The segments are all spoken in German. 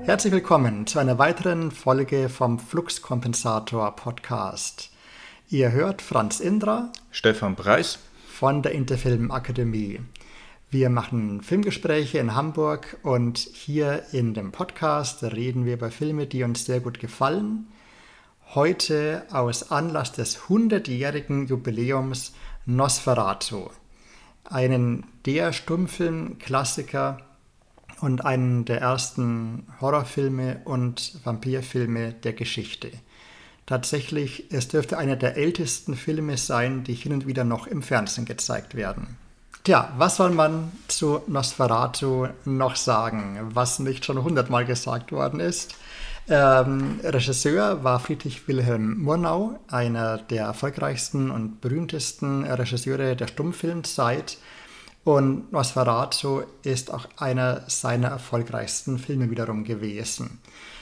Herzlich willkommen zu einer weiteren Folge vom Fluxkompensator Podcast. Ihr hört Franz Indra, Stefan Preis von der Interfilm Akademie. Wir machen Filmgespräche in Hamburg und hier in dem Podcast reden wir über Filme, die uns sehr gut gefallen. Heute aus Anlass des 100-jährigen Jubiläums Nosferatu, einen der Stummfilm-Klassiker und einen der ersten Horrorfilme und Vampirfilme der Geschichte. Tatsächlich, es dürfte einer der ältesten Filme sein, die hin und wieder noch im Fernsehen gezeigt werden. Tja, was soll man zu Nosferatu noch sagen, was nicht schon 100-mal gesagt worden ist? Regisseur war Friedrich Wilhelm Murnau, einer der erfolgreichsten und berühmtesten Regisseure der Stummfilmzeit. Und Nosferatu ist auch einer seiner erfolgreichsten Filme wiederum gewesen.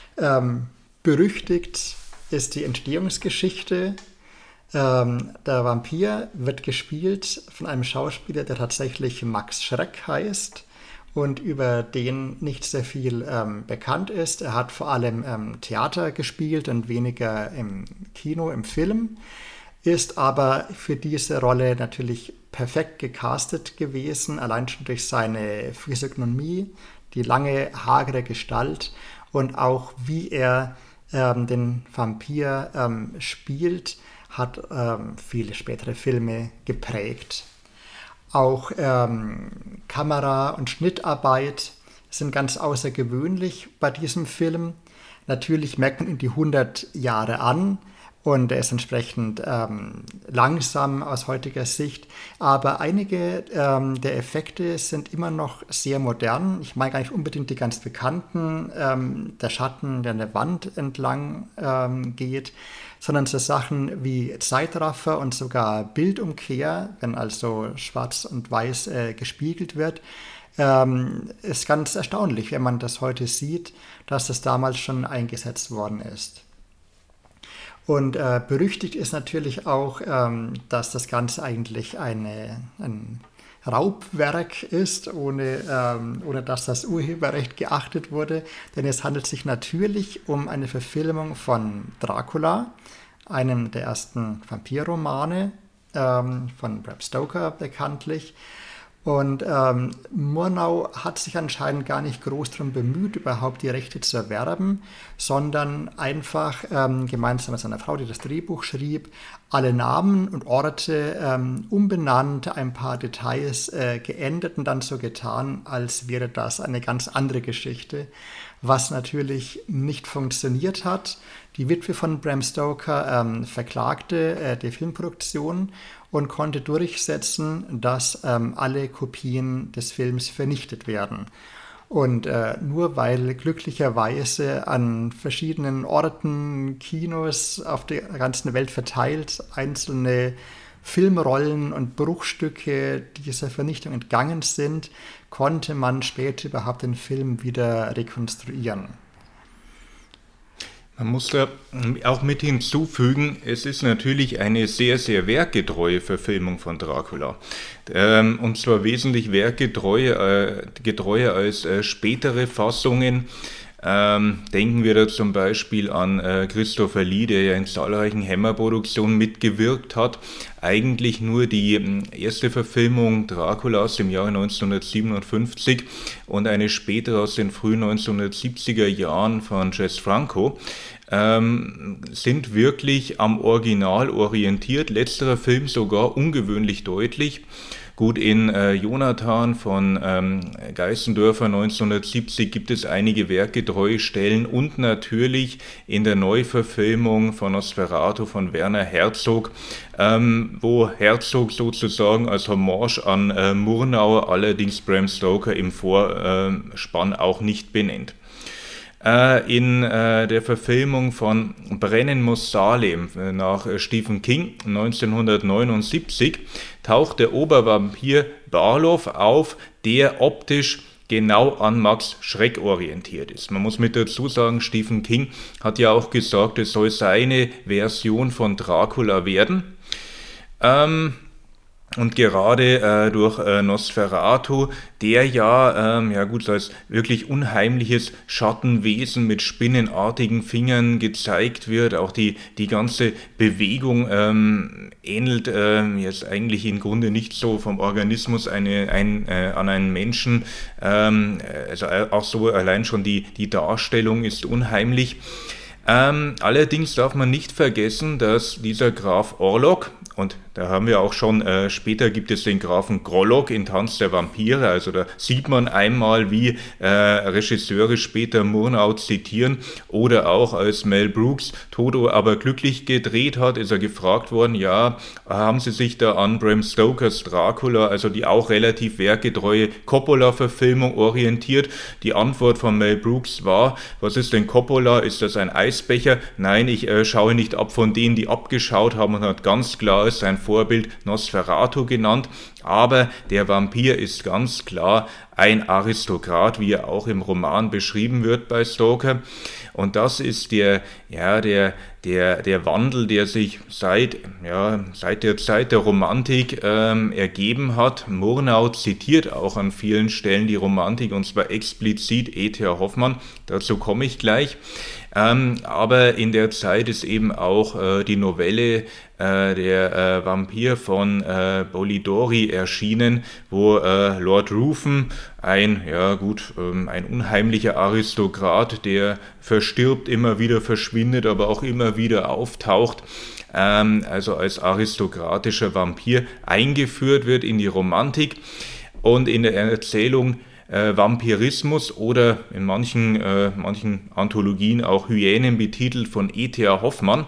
Berüchtigt ist die Entstehungsgeschichte. Der Vampir wird gespielt von einem Schauspieler, der tatsächlich Max Schreck heißt und über den nicht sehr viel bekannt ist. Er hat vor allem Theater gespielt und weniger im Kino, im Film, ist aber für diese Rolle natürlich perfekt gecastet gewesen, allein schon durch seine Physiognomie, die lange, hagere Gestalt und auch wie er den Vampir spielt, hat viele spätere Filme geprägt. Auch Kamera- und Schnittarbeit sind ganz außergewöhnlich bei diesem Film. Natürlich merkt man ihm die 100 Jahre an, und er ist entsprechend langsam aus heutiger Sicht. Aber einige der Effekte sind immer noch sehr modern. Ich meine gar nicht unbedingt die ganz bekannten, der Schatten, der an der Wand entlang geht, sondern so Sachen wie Zeitraffer und sogar Bildumkehr, wenn also schwarz und weiß gespiegelt wird. Ist ganz erstaunlich, wenn man das heute sieht, dass das damals schon eingesetzt worden ist. Und berüchtigt ist natürlich auch, dass das Ganze eigentlich ein Raubwerk ist, ohne dass das Urheberrecht geachtet wurde. Denn es handelt sich natürlich um eine Verfilmung von Dracula, einem der ersten Vampirromane von Bram Stoker bekanntlich. Und Murnau hat sich anscheinend gar nicht groß darum bemüht, überhaupt die Rechte zu erwerben, sondern einfach gemeinsam mit seiner Frau, die das Drehbuch schrieb, alle Namen und Orte umbenannt, ein paar Details geändert und dann so getan, als wäre das eine ganz andere Geschichte, was natürlich nicht funktioniert hat. Die Witwe von Bram Stoker verklagte die Filmproduktion und konnte durchsetzen, dass alle Kopien des Films vernichtet werden. Und nur weil glücklicherweise an verschiedenen Orten, Kinos auf der ganzen Welt verteilt einzelne Filmrollen und Bruchstücke dieser Vernichtung entgangen sind, konnte man später überhaupt den Film wieder rekonstruieren. Man muss da auch mit hinzufügen, es ist natürlich eine sehr, sehr werkgetreue Verfilmung von Dracula. Und zwar wesentlich werkgetreuer als spätere Fassungen. Denken wir da zum Beispiel an Christopher Lee, der ja in zahlreichen Hammer-Produktionen mitgewirkt hat. Eigentlich nur die erste Verfilmung Draculas im Jahre 1957 und eine spätere aus den frühen 1970er Jahren von Jess Franco sind wirklich am Original orientiert. Letzterer Film sogar ungewöhnlich deutlich. Gut, in Jonathan von Geißendörfer 1970 gibt es einige werkgetreue Stellen und natürlich in der Neuverfilmung von Nosferatu von Werner Herzog, wo Herzog sozusagen als Hommage an Murnau allerdings Bram Stoker im Vorspann auch nicht benennt. In der Verfilmung von Brennen muss Salem nach Stephen King 1979 taucht der Obervampir Barlow auf, der optisch genau an Max Schreck orientiert ist. Man muss mit dazu sagen, Stephen King hat ja auch gesagt, es soll seine Version von Dracula werden. Und gerade durch Nosferatu, der ja gut, als wirklich unheimliches Schattenwesen mit spinnenartigen Fingern gezeigt wird, auch die ganze Bewegung ähnelt jetzt eigentlich im Grunde nicht so vom Organismus an einen Menschen, also auch so allein schon die Darstellung ist unheimlich. Allerdings darf man nicht vergessen, dass dieser Graf Orlok, und da haben wir auch schon, später gibt es den Grafen Grolok in Tanz der Vampire, also da sieht man einmal, wie Regisseure später Murnau zitieren, oder auch als Mel Brooks Toto aber glücklich gedreht hat, ist er gefragt worden, ja, haben Sie sich da an Bram Stokers Dracula, also die auch relativ werkgetreue Coppola-Verfilmung orientiert? Die Antwort von Mel Brooks war, was ist denn Coppola, ist das ein Eisbecher? Nein, ich schaue nicht ab von denen, die abgeschaut haben, und hat ganz klar als sein Vorbild Nosferatu genannt, aber der Vampir ist ganz klar ein Aristokrat, wie er auch im Roman beschrieben wird bei Stoker. Und das ist der Wandel, der sich seit der Zeit der Romantik ergeben hat. Murnau zitiert auch an vielen Stellen die Romantik, und zwar explizit E.T.A. Hoffmann, dazu komme ich gleich. Aber in der Zeit ist eben auch die Novelle der Vampir von Polidori erschienen, wo Lord Ruthven, ein unheimlicher Aristokrat, der verstirbt, immer wieder verschwindet, aber auch immer wieder auftaucht, also als aristokratischer Vampir eingeführt wird in die Romantik. Und in der Erzählung Vampirismus oder in manchen Anthologien auch Hyänen betitelt von E.T.A. Hoffmann,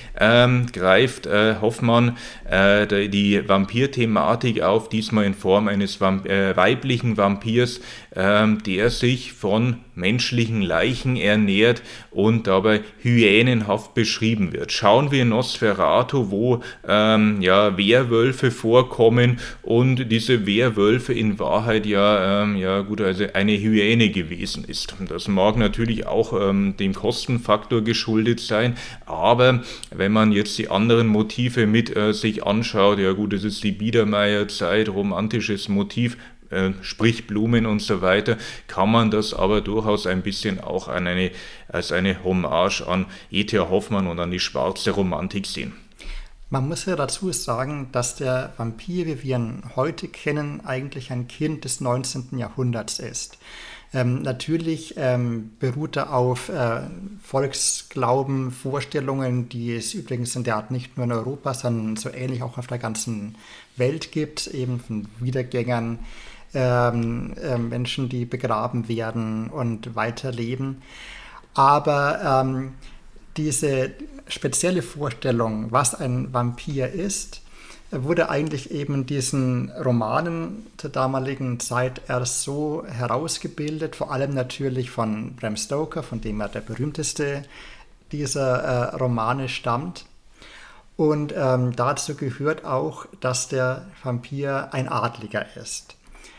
greift Hoffmann die Vampir-Thematik auf, diesmal in Form eines weiblichen Vampirs, der sich von menschlichen Leichen ernährt und dabei hyänenhaft beschrieben wird. Schauen wir in Nosferatu, wo Werwölfe vorkommen und diese Werwölfe in Wahrheit also eine Hyäne gewesen ist. Das mag natürlich auch dem Kostenfaktor geschuldet sein, aber wenn man jetzt die anderen Motive mit sich anschaut, ja gut, es ist die Biedermeier-Zeit, romantisches Motiv, sprich Blumen und so weiter, kann man das aber durchaus ein bisschen auch als eine Hommage an E.T.A. Hoffmann und an die schwarze Romantik sehen. Man muss ja dazu sagen, dass der Vampir, wie wir ihn heute kennen, eigentlich ein Kind des 19. Jahrhunderts ist. Natürlich beruht er auf Volksglauben, Vorstellungen, die es übrigens in der Art nicht nur in Europa, sondern so ähnlich auch auf der ganzen Welt gibt, eben von Wiedergängern, Menschen, die begraben werden und weiterleben. Aber diese spezielle Vorstellung, was ein Vampir ist, wurde eigentlich eben in diesen Romanen zur damaligen Zeit erst so herausgebildet, vor allem natürlich von Bram Stoker, von dem er der berühmteste dieser Romane stammt. Und dazu gehört auch, dass der Vampir ein Adliger ist.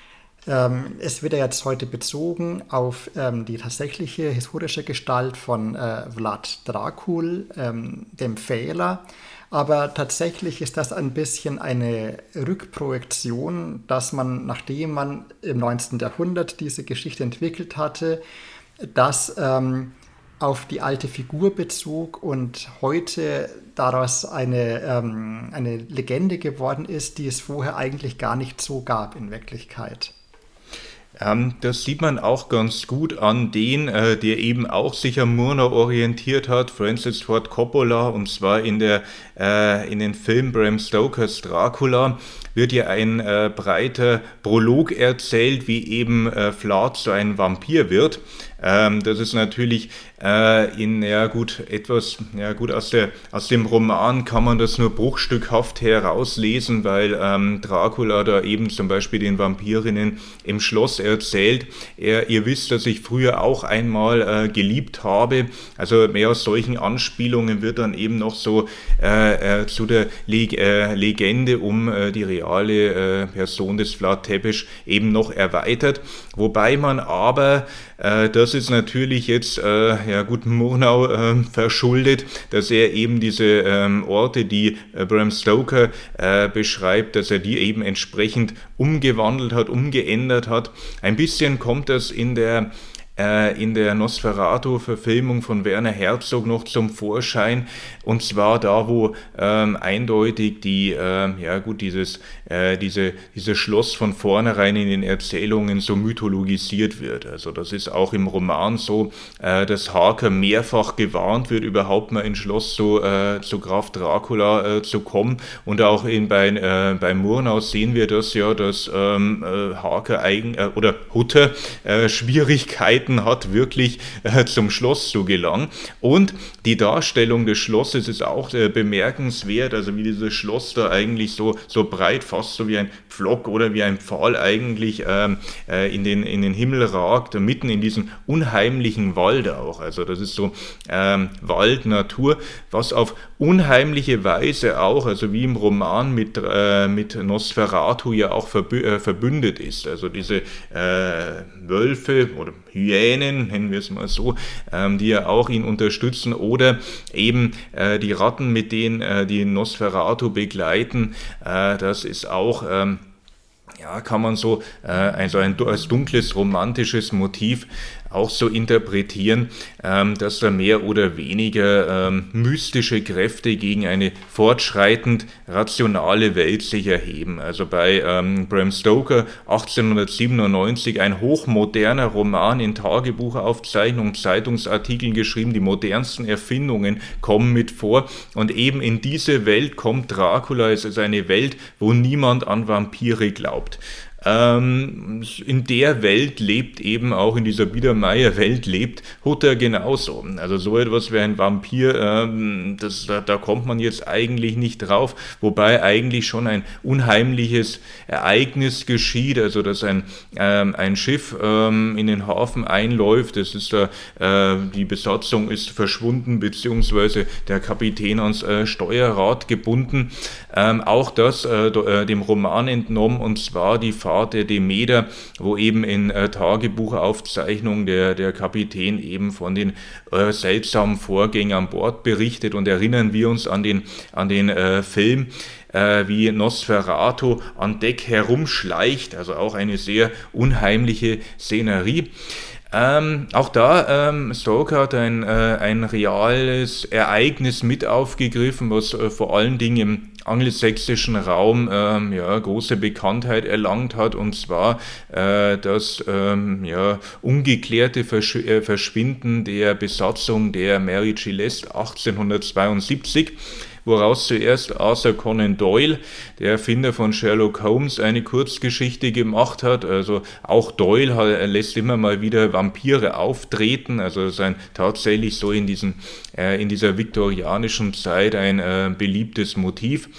Es wird ja jetzt heute bezogen auf die tatsächliche historische Gestalt von Vlad Dracul, dem Pfähler. Aber tatsächlich ist das ein bisschen eine Rückprojektion, dass man, nachdem man im 19. Jahrhundert diese Geschichte entwickelt hatte, das auf die alte Figur bezog und heute daraus eine Legende geworden ist, die es vorher eigentlich gar nicht so gab in Wirklichkeit. Das sieht man auch ganz gut an den, der eben auch sich am Murnau orientiert hat, Francis Ford Coppola, und zwar in den Film Bram Stokers Dracula wird ja ein breiter Prolog erzählt, wie eben Vlad so ein Vampir wird. Das ist natürlich aus dem Roman kann man das nur bruchstückhaft herauslesen, weil Dracula da eben zum Beispiel den Vampirinnen im Schloss erzählt. Ihr wisst, dass ich früher auch einmal geliebt habe. Also mehr aus solchen Anspielungen wird dann eben noch so zu der Legende um die reale Person des Vlad Tepes eben noch erweitert. Wobei man aber Das ist natürlich jetzt Murnau verschuldet, dass er eben diese Orte, die Bram Stoker beschreibt, dass er die eben entsprechend umgewandelt hat, umgeändert hat. Ein bisschen kommt das in der Nosferatu-Verfilmung von Werner Herzog noch zum Vorschein, und zwar da, wo eindeutig dieses Schloss von vornherein in den Erzählungen so mythologisiert wird. Also das ist auch im Roman so, dass Harker mehrfach gewarnt wird, überhaupt mal ins Schloss zu Graf Dracula zu kommen, und auch bei Murnau sehen wir das ja, dass Harker oder Hutter Schwierigkeiten hat, wirklich zum Schloss zu gelangen. Und die Darstellung des Schlosses ist auch bemerkenswert, also wie dieses Schloss da eigentlich so breit, fast so wie ein Pflock oder wie ein Pfahl eigentlich in den Himmel ragt, mitten in diesem unheimlichen Wald auch. Also das ist so Wald, Natur, was auf unheimliche Weise auch, also wie im Roman mit Nosferatu ja auch verbündet ist. Also diese Wölfe oder Hyänen, nennen wir es mal so, die ja auch ihn unterstützen, oder eben die Ratten, mit denen die Nosferatu begleiten. Das ist auch, kann man so als dunkles romantisches Motiv auch so interpretieren, dass da mehr oder weniger mystische Kräfte gegen eine fortschreitend rationale Welt sich erheben. Also bei Bram Stoker 1897 ein hochmoderner Roman in Tagebuchaufzeichnungen, Zeitungsartikeln geschrieben, die modernsten Erfindungen kommen mit vor, und eben in diese Welt kommt Dracula. Es ist eine Welt, wo niemand an Vampire glaubt. In der Welt lebt eben auch, in dieser Biedermeier-Welt lebt Hutter genauso. Also so etwas wie ein Vampir, da kommt man jetzt eigentlich nicht drauf, wobei eigentlich schon ein unheimliches Ereignis geschieht, also dass ein Schiff in den Hafen einläuft, das ist die Besatzung ist verschwunden, beziehungsweise der Kapitän ans Steuerrad gebunden. Auch das dem Roman entnommen, und zwar die Fahrt der Demeter, wo eben in Tagebuchaufzeichnungen der Kapitän eben von den seltsamen Vorgängen an Bord berichtet, und erinnern wir uns an den Film, wie Nosferatu an Deck herumschleicht, also auch eine sehr unheimliche Szenerie. Auch da, Stoker hat ein reales Ereignis mit aufgegriffen, was vor allen Dingen im angelsächsischen Raum große Bekanntheit erlangt hat, und zwar das ungeklärte Verschwinden der Besatzung der Mary Celeste 1872, woraus zuerst Arthur Conan Doyle, der Erfinder von Sherlock Holmes, eine Kurzgeschichte gemacht hat. Also auch Doyle lässt immer mal wieder Vampire auftreten, also es ist tatsächlich so in dieser viktorianischen Zeit ein beliebtes Motiv.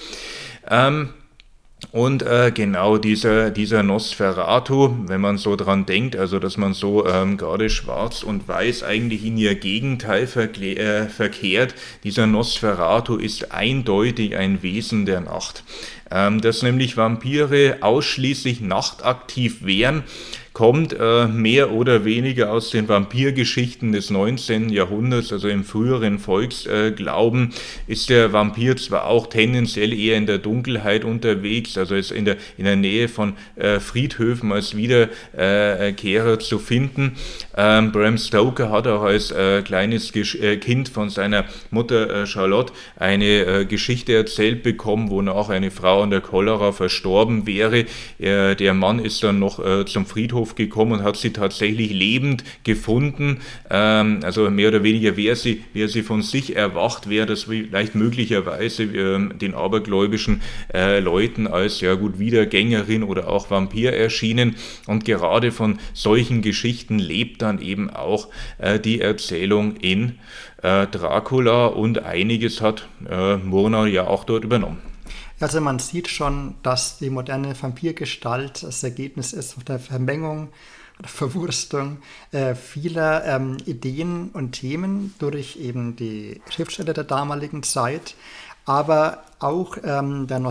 Und genau dieser Nosferatu, wenn man so dran denkt, also dass man so gerade schwarz und weiß eigentlich in ihr Gegenteil verkehrt, dieser Nosferatu ist eindeutig ein Wesen der Nacht. Dass nämlich Vampire ausschließlich nachtaktiv wären, kommt mehr oder weniger aus den Vampirgeschichten des 19. Jahrhunderts, also im früheren Volksglauben ist der Vampir zwar auch tendenziell eher in der Dunkelheit unterwegs, also ist in der Nähe von Friedhöfen als Wiederkehrer zu finden. Bram Stoker hat auch als kleines Kind von seiner Mutter Charlotte eine Geschichte erzählt bekommen, wonach eine Frau an der Cholera verstorben wäre. Der Mann ist dann noch zum Friedhof gekommen und hat sie tatsächlich lebend gefunden. Also mehr oder weniger wäre sie von sich erwacht, wäre das vielleicht möglicherweise den abergläubischen Leuten als Wiedergängerin oder auch Vampir erschienen. Und gerade von solchen Geschichten lebt dann eben auch die Erzählung in Dracula, und einiges hat Murnau ja auch dort übernommen. Also man sieht schon, dass die moderne Vampirgestalt das Ergebnis ist der Vermengung oder Verwurstung vieler Ideen und Themen durch eben die Schriftsteller der damaligen Zeit. Aber auch der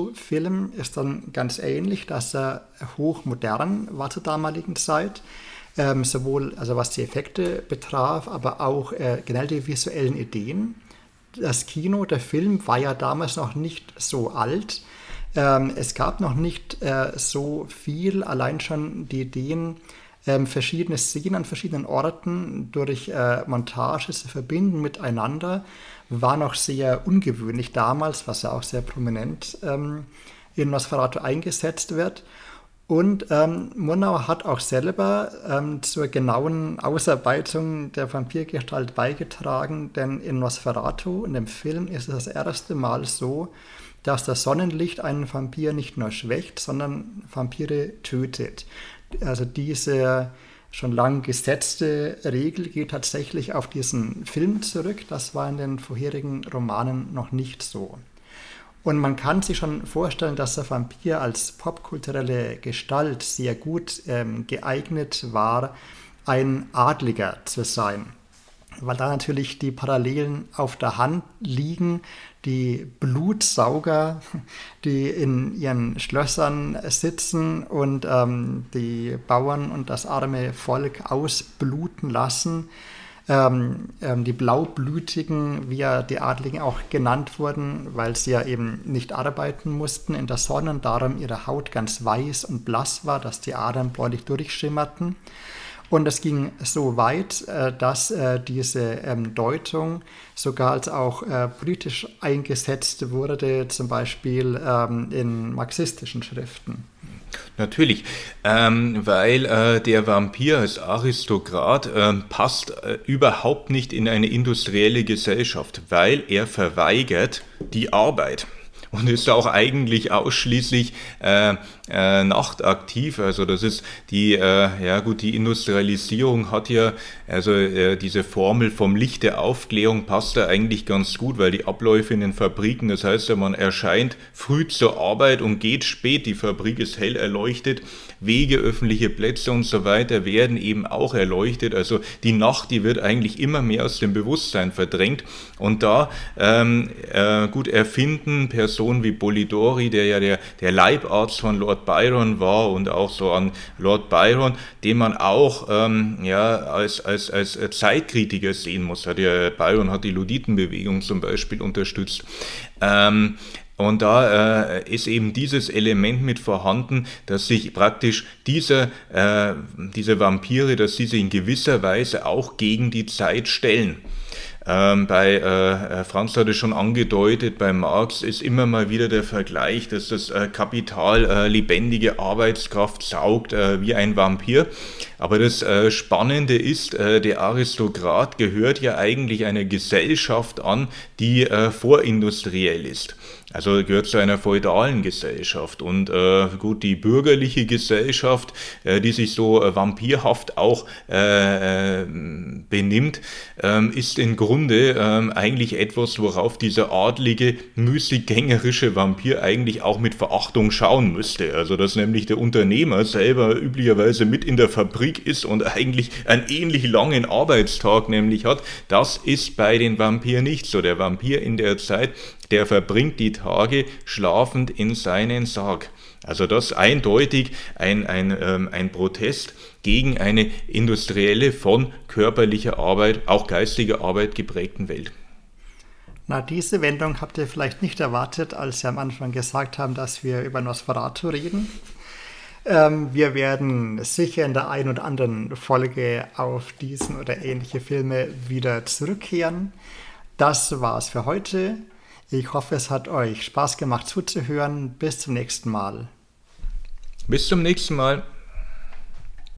Nosferatu-Film ist dann ganz ähnlich, dass er hochmodern war zur damaligen Zeit. sowohl also was die Effekte betraf, aber auch generell die visuellen Ideen. Das Kino, der Film war ja damals noch nicht so alt. Es gab noch nicht so viel, allein schon die Ideen, verschiedene Szenen an verschiedenen Orten durch Montage zu verbinden miteinander, war noch sehr ungewöhnlich damals, was ja auch sehr prominent in Nosferatu eingesetzt wird. Und Murnau hat auch selber zur genauen Ausarbeitung der Vampirgestalt beigetragen, denn in Nosferatu, in dem Film, ist es das erste Mal so, dass das Sonnenlicht einen Vampir nicht nur schwächt, sondern Vampire tötet. Also diese schon lang gesetzte Regel geht tatsächlich auf diesen Film zurück. Das war in den vorherigen Romanen noch nicht so. Und man kann sich schon vorstellen, dass der Vampir als popkulturelle Gestalt sehr gut geeignet war, ein Adliger zu sein. Weil da natürlich die Parallelen auf der Hand liegen. Die Blutsauger, die in ihren Schlössern sitzen und die Bauern und das arme Volk ausbluten lassen. Die Blaublütigen, wie ja die Adligen auch genannt wurden, weil sie ja eben nicht arbeiten mussten in der Sonne und darum ihre Haut ganz weiß und blass war, dass die Adern bläulich durchschimmerten. Und es ging so weit, dass diese Deutung sogar als auch politisch eingesetzt wurde, zum Beispiel in marxistischen Schriften. Natürlich, weil der Vampir als Aristokrat passt überhaupt nicht in eine industrielle Gesellschaft, weil er verweigert die Arbeit. Und ist auch eigentlich ausschließlich nachtaktiv. Also das ist die Industrialisierung hat ja, also diese Formel vom Licht der Aufklärung passt da eigentlich ganz gut, weil die Abläufe in den Fabriken, das heißt ja, man erscheint früh zur Arbeit und geht spät, die Fabrik ist hell erleuchtet, Wege, öffentliche Plätze und so weiter werden eben auch erleuchtet. Also die Nacht, die wird eigentlich immer mehr aus dem Bewusstsein verdrängt. Und da erfinden Personen wie Polidori, der ja der Leibarzt von Lord Byron war und auch so an Lord Byron, den man auch als Zeitkritiker sehen muss. Byron hat die Luditenbewegung zum Beispiel unterstützt. Und da ist eben dieses Element mit vorhanden, dass sich praktisch diese Vampire, dass sie sich in gewisser Weise auch gegen die Zeit stellen. Bei Franz hat es schon angedeutet, bei Marx ist immer mal wieder der Vergleich, dass das Kapital lebendige Arbeitskraft saugt wie ein Vampir. Aber das Spannende ist, der Aristokrat gehört ja eigentlich einer Gesellschaft an, die vorindustriell ist. Also gehört zu einer feudalen Gesellschaft und die bürgerliche Gesellschaft, die sich so vampirhaft auch benimmt, ist im Grunde eigentlich etwas, worauf dieser adlige, müßiggängerische Vampir eigentlich auch mit Verachtung schauen müsste. Also dass nämlich der Unternehmer selber üblicherweise mit in der Fabrik ist und eigentlich einen ähnlich langen Arbeitstag nämlich hat, das ist bei den Vampiren nicht so. Der Vampir in der Zeit, der verbringt die Tage schlafend in seinen Sarg. Also das ist eindeutig ein Protest gegen eine industrielle, von körperlicher Arbeit, auch geistiger Arbeit geprägten Welt. Na, diese Wendung habt ihr vielleicht nicht erwartet, als Sie am Anfang gesagt haben, dass wir über Nosferatu reden. Wir werden sicher in der einen oder anderen Folge auf diesen oder ähnliche Filme wieder zurückkehren. Das war's für heute. Ich hoffe, es hat euch Spaß gemacht zuzuhören. Bis zum nächsten Mal. Bis zum nächsten Mal.